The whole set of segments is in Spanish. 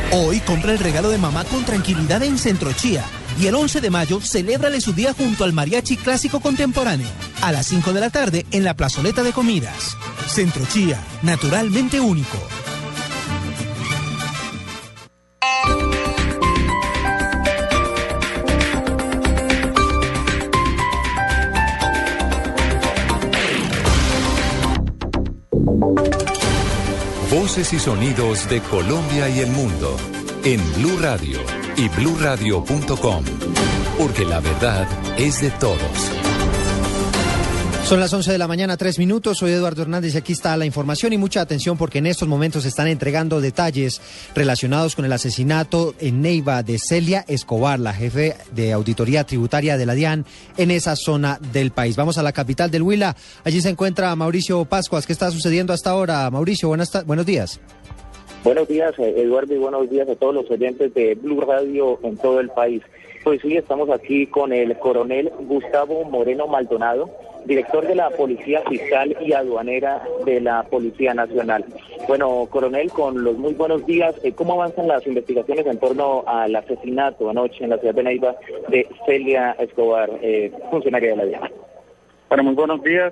Hoy compra el regalo de mamá con tranquilidad en Centro Chía. Y el 11 de mayo, celébrale su día junto al Mariachi Clásico Contemporáneo. A las 5 de la tarde en la plazoleta de comidas. Centro Chía, naturalmente único. Voces y sonidos de Colombia y el mundo en Blue Radio y bluradio.com, porque la verdad es de todos. Son las 11 de la mañana, 3 minutos. Soy Eduardo Hernández y aquí está la información y mucha atención porque en estos momentos se están entregando detalles relacionados con el asesinato en Neiva de Celia Escobar, la jefe de auditoría tributaria de la DIAN en esa zona del país. Vamos a la capital del Huila. Allí se encuentra Mauricio Pascuas. ¿Qué está sucediendo hasta ahora? Mauricio, buenos días. Buenos días, Eduardo, y buenos días a todos los oyentes de Blue Radio en todo el país. Pues sí, estamos aquí con el coronel Gustavo Moreno Maldonado, director de la Policía Fiscal y Aduanera de la Policía Nacional. Bueno, coronel, con los muy buenos días, ¿cómo avanzan las investigaciones en torno al asesinato anoche en la ciudad de Neiva de Celia Escobar, funcionaria de la DIAN? Bueno, muy buenos días.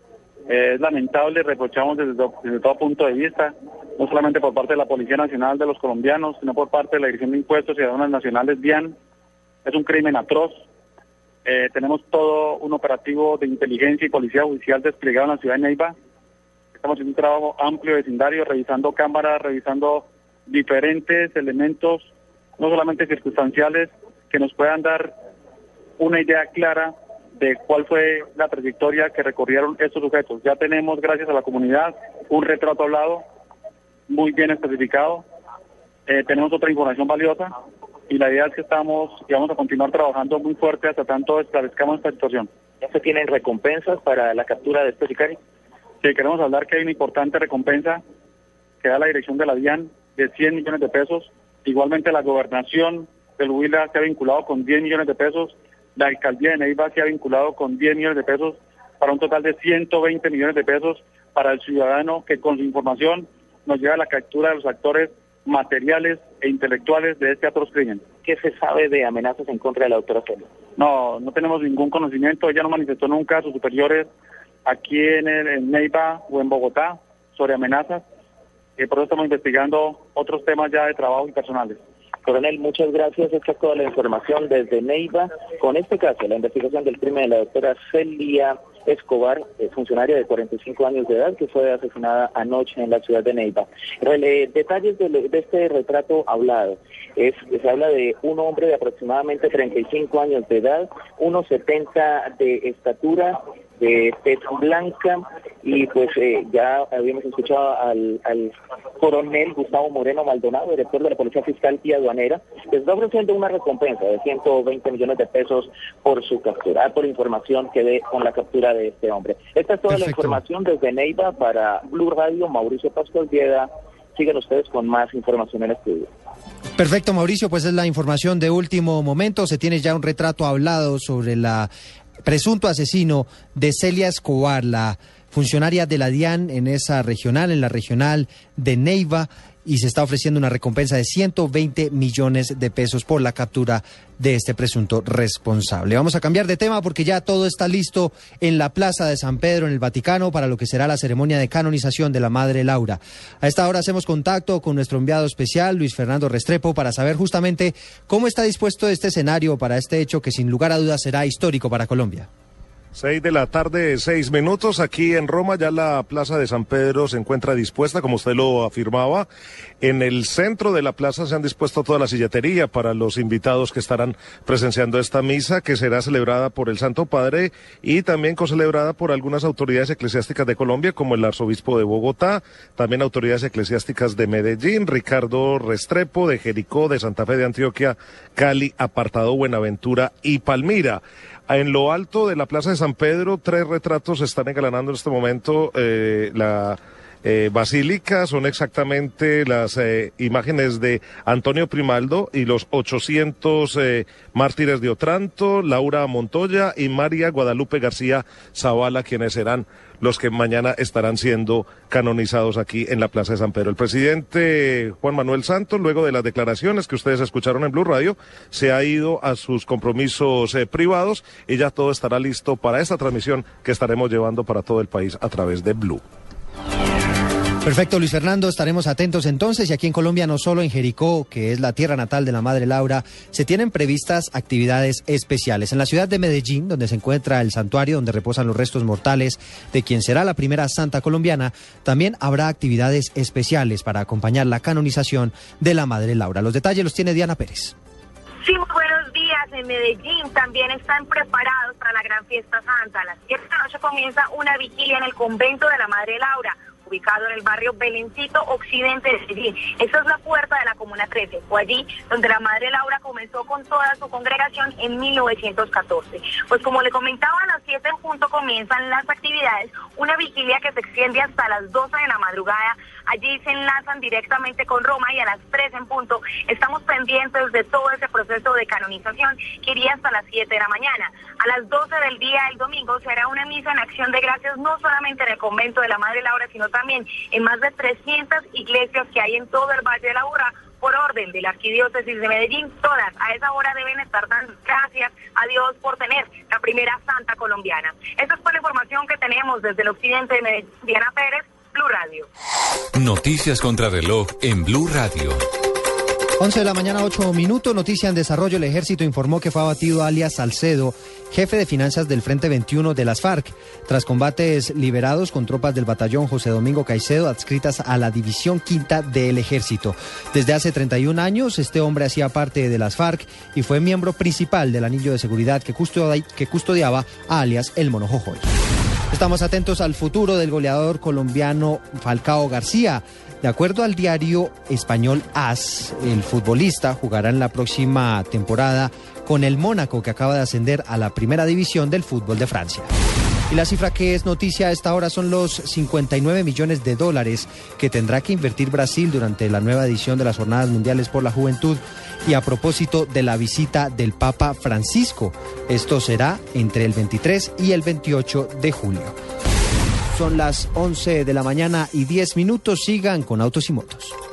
Es lamentable, reprochamos desde todo punto de vista, no solamente por parte de la Policía Nacional de los colombianos, sino por parte de la Dirección de Impuestos y Aduanas Nacionales DIAN. Es un crimen atroz. Tenemos todo un operativo de inteligencia y policía judicial desplegado en la ciudad de Neiva. Estamos haciendo un trabajo amplio de vecindario, revisando cámaras, revisando diferentes elementos, no solamente circunstanciales, que nos puedan dar una idea clara de cuál fue la trayectoria que recorrieron estos sujetos. Ya tenemos, gracias a la comunidad, un retrato hablado muy bien especificado. Tenemos otra información valiosa y la idea es que vamos a continuar trabajando muy fuerte hasta tanto esclarezcamos esta situación. ¿Ya se tienen recompensas para la captura de este sicario? Sí, queremos hablar que hay una importante recompensa que da la dirección de la DIAN de 100 millones de pesos. Igualmente la gobernación del Huila se ha vinculado con 10 millones de pesos. La alcaldía de Neiva se ha vinculado con 10 millones de pesos para un total de 120 millones de pesos para el ciudadano que con su información nos lleva a la captura de los actores materiales e intelectuales de este atroz crimen. ¿Qué se sabe de amenazas en contra de la doctora Celia? No tenemos ningún conocimiento. Ella no manifestó nunca a sus superiores aquí en Neiva o en Bogotá sobre amenazas. Por eso estamos investigando otros temas ya de trabajo y personales. Coronel, muchas gracias. Esta es toda la información desde Neiva con este caso, la investigación del crimen de la doctora Celia Escobar, funcionaria de 45 años de edad, que fue asesinada anoche en la ciudad de Neiva. Detalles de este retrato hablado. Se habla de un hombre de aproximadamente 35 años de edad, 1,70 de estatura, de tez blanca, y pues ya habíamos escuchado al coronel Gustavo Moreno Maldonado, director de la Policía Fiscal y Aduanera, que está ofreciendo una recompensa de 120 millones de pesos por su captura, por información que dé con la captura de este hombre. Esta es toda la información desde Neiva para Blue Radio. Mauricio Pascual Vieda. Sigan ustedes con más información en estudio. Perfecto, Mauricio, pues es la información de último momento. Se tiene ya un retrato hablado sobre la presunto asesino de Celia Escobar, la funcionaria de la DIAN en esa regional, en la regional de Neiva, y se está ofreciendo una recompensa de 120 millones de pesos por la captura de este presunto responsable. Vamos a cambiar de tema porque ya todo está listo en la Plaza de San Pedro, en el Vaticano, para lo que será la ceremonia de canonización de la Madre Laura. A esta hora hacemos contacto con nuestro enviado especial, Luis Fernando Restrepo, para saber justamente cómo está dispuesto este escenario para este hecho que sin lugar a dudas será histórico para Colombia. 6 de la tarde, 6 minutos. Aquí en Roma ya la Plaza de San Pedro se encuentra dispuesta, como usted lo afirmaba. En el centro de la plaza se han dispuesto toda la silletería para los invitados que estarán presenciando esta misa, que será celebrada por el Santo Padre y también celebrada por algunas autoridades eclesiásticas de Colombia, como el arzobispo de Bogotá, también autoridades eclesiásticas de Medellín, Ricardo Restrepo, de Jericó, de Santa Fe de Antioquia, Cali, Apartado, Buenaventura y Palmira. En lo alto de la Plaza de San Pedro, 3 retratos están engalanando en este momento basílica. Son exactamente las imágenes de Antonio Primaldo y los 800 mártires de Otranto, Laura Montoya y María Guadalupe García Zavala, quienes serán los que mañana estarán siendo canonizados aquí en la Plaza de San Pedro. El presidente Juan Manuel Santos, luego de las declaraciones que ustedes escucharon en Blue Radio, se ha ido a sus compromisos privados y ya todo estará listo para esta transmisión que estaremos llevando para todo el país a través de Blue. Perfecto, Luis Fernando, estaremos atentos entonces. Y aquí en Colombia, no solo en Jericó, que es la tierra natal de la Madre Laura, se tienen previstas actividades especiales. En la ciudad de Medellín, donde se encuentra el santuario donde reposan los restos mortales de quien será la primera santa colombiana, también habrá actividades especiales para acompañar la canonización de la Madre Laura. Los detalles los tiene Diana Pérez. Sí, buenos días. En Medellín también están preparados para la gran fiesta santa. A las 7 de la noche comienza una vigilia en el convento de la Madre Laura, ubicado en el barrio Belencito Occidente de Medellín. Esa es la puerta de la Comuna 13. Fue allí donde la Madre Laura comenzó con toda su congregación en 1914. Pues como le comentaba, a las 7 en punto comienzan las actividades, una vigilia que se extiende hasta las 12 de la madrugada. Allí se enlazan directamente con Roma y a las 3 en punto estamos pendientes de todo ese proceso de canonización que iría hasta las 7 de la mañana. A las 12 del día del domingo se hará una misa en acción de gracias, no solamente en el convento de la Madre Laura, sino también en más de 300 iglesias que hay en todo el Valle de la Aburrá, por orden de la Arquidiócesis de Medellín. Todas a esa hora deben estar dando gracias a Dios por tener la primera santa colombiana. Esa es toda la información que tenemos desde el occidente de Medellín. Diana Pérez, Blue Radio. Noticias contra reloj en Blue Radio. 11 de la mañana, 8 minutos. Noticia en desarrollo. El ejército informó que fue abatido alias Salcedo, jefe de finanzas del Frente 21 de las FARC, tras combates liberados con tropas del batallón José Domingo Caicedo, adscritas a la División Quinta del Ejército. Desde hace 31 años, este hombre hacía parte de las FARC y fue miembro principal del anillo de seguridad que custodiaba a alias El Mono Jojoy. Estamos atentos al futuro del goleador colombiano Falcao García. De acuerdo al diario español AS, el futbolista jugará en la próxima temporada con el Mónaco, que acaba de ascender a la primera división del fútbol de Francia. Y la cifra que es noticia a esta hora son los 59 millones de dólares que tendrá que invertir Brasil durante la nueva edición de las Jornadas Mundiales por la Juventud, y a propósito de la visita del Papa Francisco. Esto será entre el 23 y el 28 de julio. Son las 11 de la mañana y 10 minutos. Sigan con Autos y Motos.